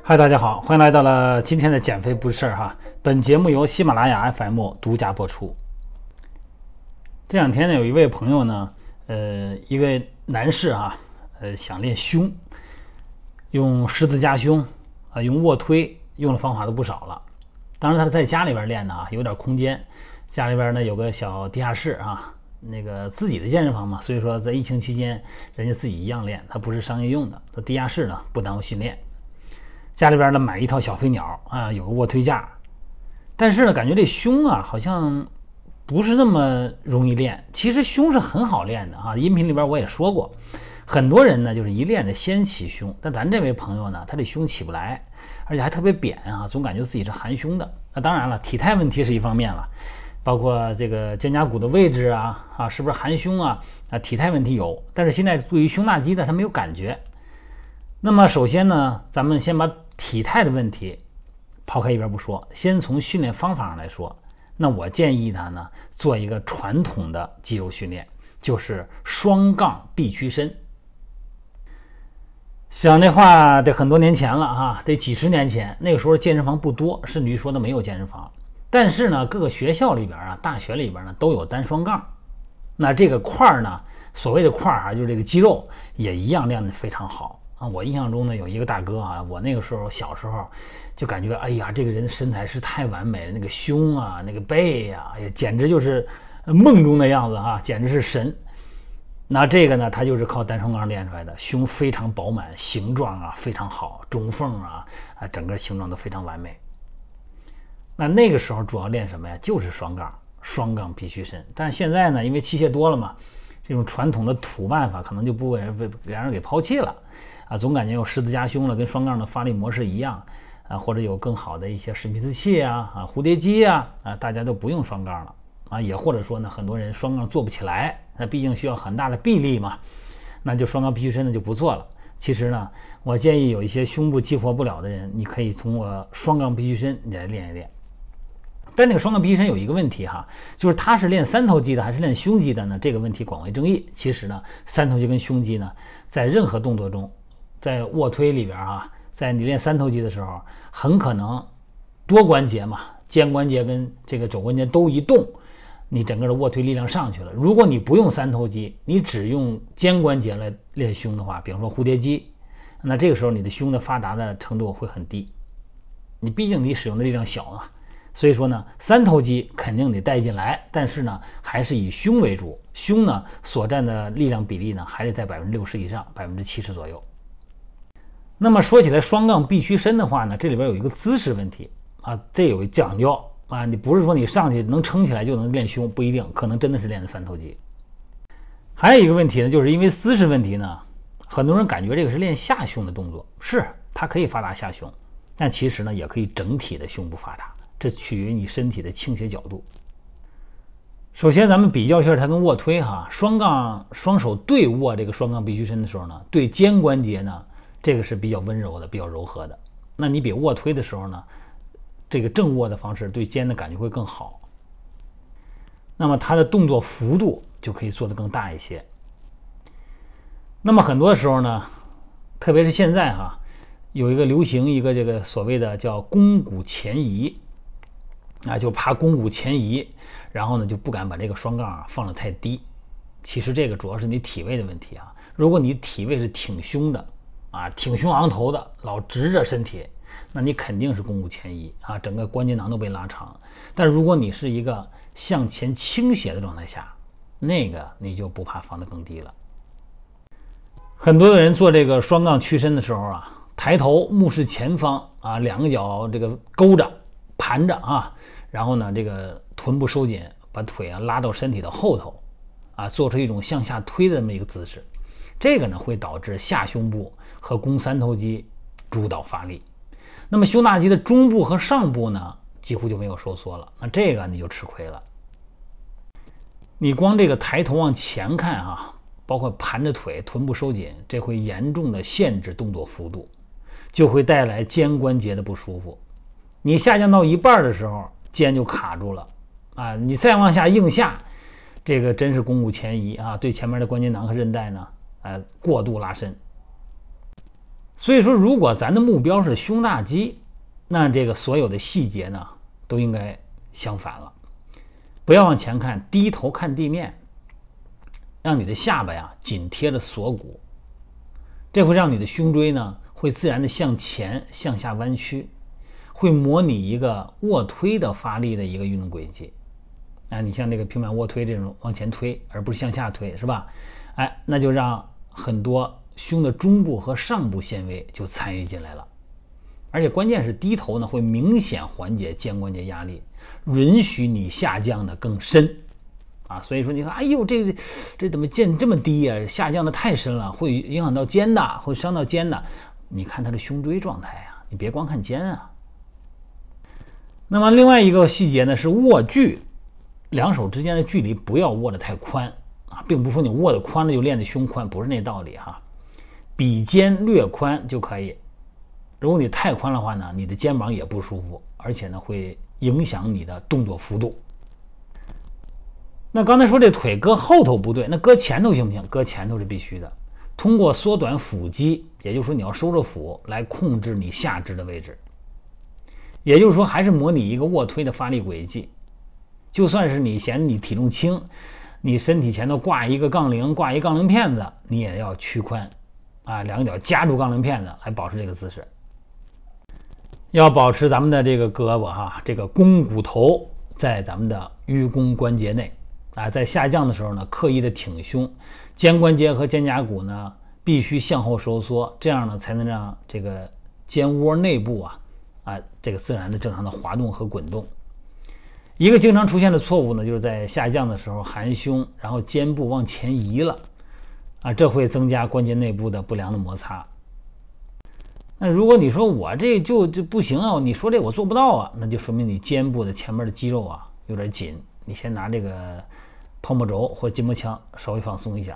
嗨，大家好，欢迎来到了今天的减肥不是事儿哈。本节目由喜马拉雅 FM 独家播出。这两天呢，有一位朋友呢，一位男士哈，想练胸，用十字夹胸用卧推，用的方法都不少了。当然他是在家里边练的啊，有点空间，家里边呢有个小地下室啊，那个自己的健身房嘛，所以说在疫情期间，人家自己一样练，它不是商业用的，它地下室呢不耽误训练。家里边呢买一套小飞鸟啊，有个卧推架，但是呢感觉这胸啊好像不是那么容易练。其实胸是很好练的啊，音频里边我也说过，很多人呢就是一练的先起胸，但咱这位朋友呢他这胸起不来，而且还特别扁啊，总感觉自己是含胸的。那当然了，体态问题是一方面了，包括这个肩胛骨的位置啊是不是含胸啊体态问题有，但是现在对于胸大肌呢他没有感觉。那么首先呢，咱们先把体态的问题抛开一边不说，先从训练方法上来说，那我建议他呢做一个传统的肌肉训练，就是双杠臂屈伸。想这话得很多年前了啊，得几十年前，那个时候健身房不多，甚至于说的没有健身房，但是呢各个学校里边大学里边呢都有单双杠。那这个块呢，所谓的块就是这个肌肉也一样练得非常好。我印象中呢有一个大哥我那个时候小时候就感觉，哎呀，这个人的身材是太完美了，那个胸那个背哎呀，简直就是梦中的样子简直是神。那这个呢，他就是靠单双杠练出来的，胸非常饱满，形状非常好，中缝整个形状都非常完美。那个时候主要练什么呀？就是双杠臂屈伸。但是现在呢，因为器械多了嘛，这种传统的土办法可能就不会被人给抛弃了总感觉有十字夹胸了，跟双杠的发力模式一样或者有更好的一些史密斯器蝴蝶机大家都不用双杠了也或者说呢，很多人双杠做不起来，那毕竟需要很大的臂力嘛，那就双杠臂屈伸呢就不做了。其实呢，我建议有一些胸部激活不了的人，你可以通过双杠臂屈伸来练一练。但这个双杠臂屈伸有一个问题就是它是练三头肌的还是练胸肌的呢？这个问题广为争议。其实呢，三头肌跟胸肌呢，在任何动作中，在卧推里边在你练三头肌的时候，很可能多关节嘛，肩关节跟这个肘关节都一动，你整个的卧推力量上去了。如果你不用三头肌，你只用肩关节来练胸的话，比方说蝴蝶肌，那这个时候你的胸的发达的程度会很低，你毕竟你使用的力量小所以说呢，三头肌肯定得带进来，但是呢，还是以胸为主，胸呢所占的力量比例呢，还得在60%以上，70%左右。那么说起来双杠臂屈伸的话呢，这里边有一个姿势问题这有讲究你不是说你上去能撑起来就能练胸，不一定，可能真的是练的三头肌。还有一个问题呢，就是因为姿势问题呢，很多人感觉这个是练下胸的动作，是它可以发达下胸，但其实呢也可以整体的胸部发达，这取决于你身体的倾斜角度。首先咱们比较一下它跟卧推双手对握这个双杠臂屈伸的时候呢，对肩关节呢这个是比较温柔的，比较柔和的。那你比卧推的时候呢，这个正握的方式对肩的感觉会更好，那么它的动作幅度就可以做得更大一些。那么很多时候呢，特别是现在有一个流行一个这个所谓的叫肱骨前移就怕肱骨前移，然后呢就不敢把这个双杠放得太低。其实这个主要是你体位的问题如果你体位是挺胸的挺胸昂头的，老直着身体，那你肯定是肱骨前移整个关节囊都被拉长。但如果你是一个向前倾斜的状态下，那个你就不怕放得更低了。很多的人做这个双杠屈伸的时候抬头目视前方两个脚这个勾着盘着然后呢这个臀部收紧，把腿拉到身体的后头做出一种向下推的这么一个姿势。这个呢会导致下胸部和肱三头肌主导发力，那么胸大肌的中部和上部呢几乎就没有收缩了，那这个你就吃亏了。你光这个抬头往前看包括盘着腿臀部收紧，这会严重的限制动作幅度，就会带来肩关节的不舒服。你下降到一半的时候，肩就卡住了你再往下硬下，这个真是肱骨前移对前面的关节囊和韧带呢过度拉伸。 所以说，如果咱的目标是胸大肌，那这个所有的细节呢，都应该相反了。不要往前看，低头看地面，让你的下巴呀紧贴着锁骨，这会让你的胸椎呢会自然的向前向下弯曲，会模拟一个卧推的发力的一个运动轨迹。你像这个平板卧推这种往前推，而不是向下推，是吧？那就让很多胸的中部和上部纤维就参与进来了。而且关键是低头呢会明显缓解肩关节压力，允许你下降的更深所以说你看，哎呦，这怎么肩这么低呀？下降的太深了，会影响到肩的，会伤到肩的。你看他的胸椎状态啊，你别光看肩啊。那么另外一个细节呢是握距，两手之间的距离不要握得太宽并不是说你握得宽了就练得胸宽，不是那道理比肩略宽就可以。如果你太宽的话呢，你的肩膀也不舒服，而且呢会影响你的动作幅度。那刚才说这腿搁后头不对，那搁前头行不行？搁前头是必须的。通过缩短腹肌，也就是说你要收着腹来控制你下肢的位置。也就是说还是模拟一个卧推的发力轨迹。就算是你嫌你体重轻，你身体前头挂一个杠铃，挂一杠铃片子，你也要屈髋两个脚夹住杠铃片子来保持这个姿势。要保持咱们的这个胳膊这个肱骨头在咱们的盂肱关节内在下降的时候呢，刻意的挺胸，肩关节和肩胛骨呢必须向后收缩，这样呢才能让这个肩窝内部这个自然的正常的滑动和滚动。一个经常出现的错误呢，就是在下降的时候含胸，然后肩部往前移了这会增加关节内部的不良的摩擦。那如果你说我这就不行你说这我做不到那就说明你肩部的前面的肌肉有点紧，你先拿这个泡沫轴或筋膜枪稍微放松一下。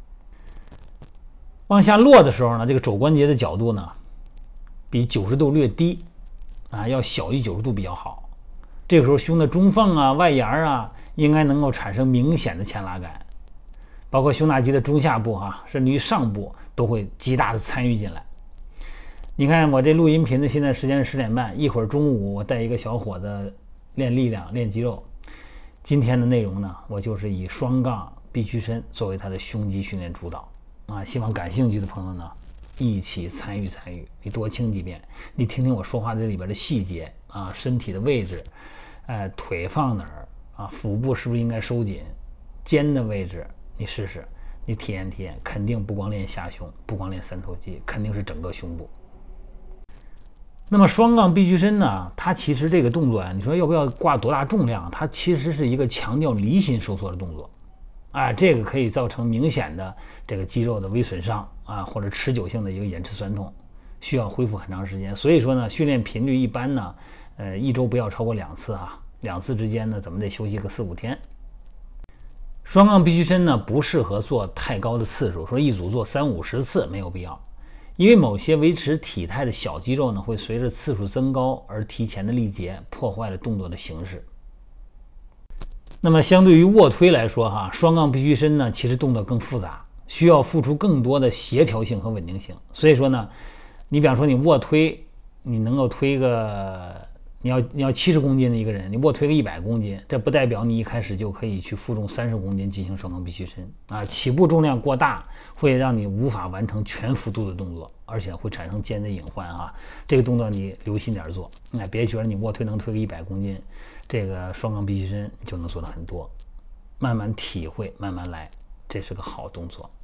往下落的时候呢，这个肘关节的角度呢比90度略低要小于90度比较好。这个时候胸的中缝外沿应该能够产生明显的前拉感，包括胸大肌的中下部甚至于上部都会极大的参与进来。你看我这录音频的现在时间是10点半，一会儿中午我带一个小伙子练力量练肌肉。今天的内容呢，我就是以双杠臂屈伸作为他的胸肌训练主导希望感兴趣的朋友呢一起参与，你多听几遍，你听听我说话这里边的细节身体的位置，腿放哪儿腹部是不是应该收紧，肩的位置你试试，你体验体验，肯定不光练下胸，不光练三头肌，肯定是整个胸部。那么双杠臂屈伸呢，它其实这个动作你说要不要挂多大重量，它其实是一个强调离心收缩的动作这个可以造成明显的这个肌肉的微损伤或者持久性的一个延迟酸痛，需要恢复很长时间。所以说呢，训练频率一般呢一周不要超过2次2次之间呢怎么得休息个4-5天。双杠臂屈伸呢不适合做太高的次数，说一组做30-50次没有必要，因为某些维持体态的小肌肉呢会随着次数增高而提前的力竭，破坏了动作的形式。那么相对于卧推来说双杠臂屈伸呢其实动作更复杂，需要付出更多的协调性和稳定性。所以说呢，你比方说你卧推，你能够推个你要70公斤的一个人，你卧推个100公斤，这不代表你一开始就可以去负重30公斤进行双杠臂屈伸起步重量过大会让你无法完成全幅度的动作，而且会产生肩的隐患这个动作你留心点做，别觉得你卧推能推个100公斤，这个双杠臂屈伸就能做得很多。慢慢体会，慢慢来，这是个好动作。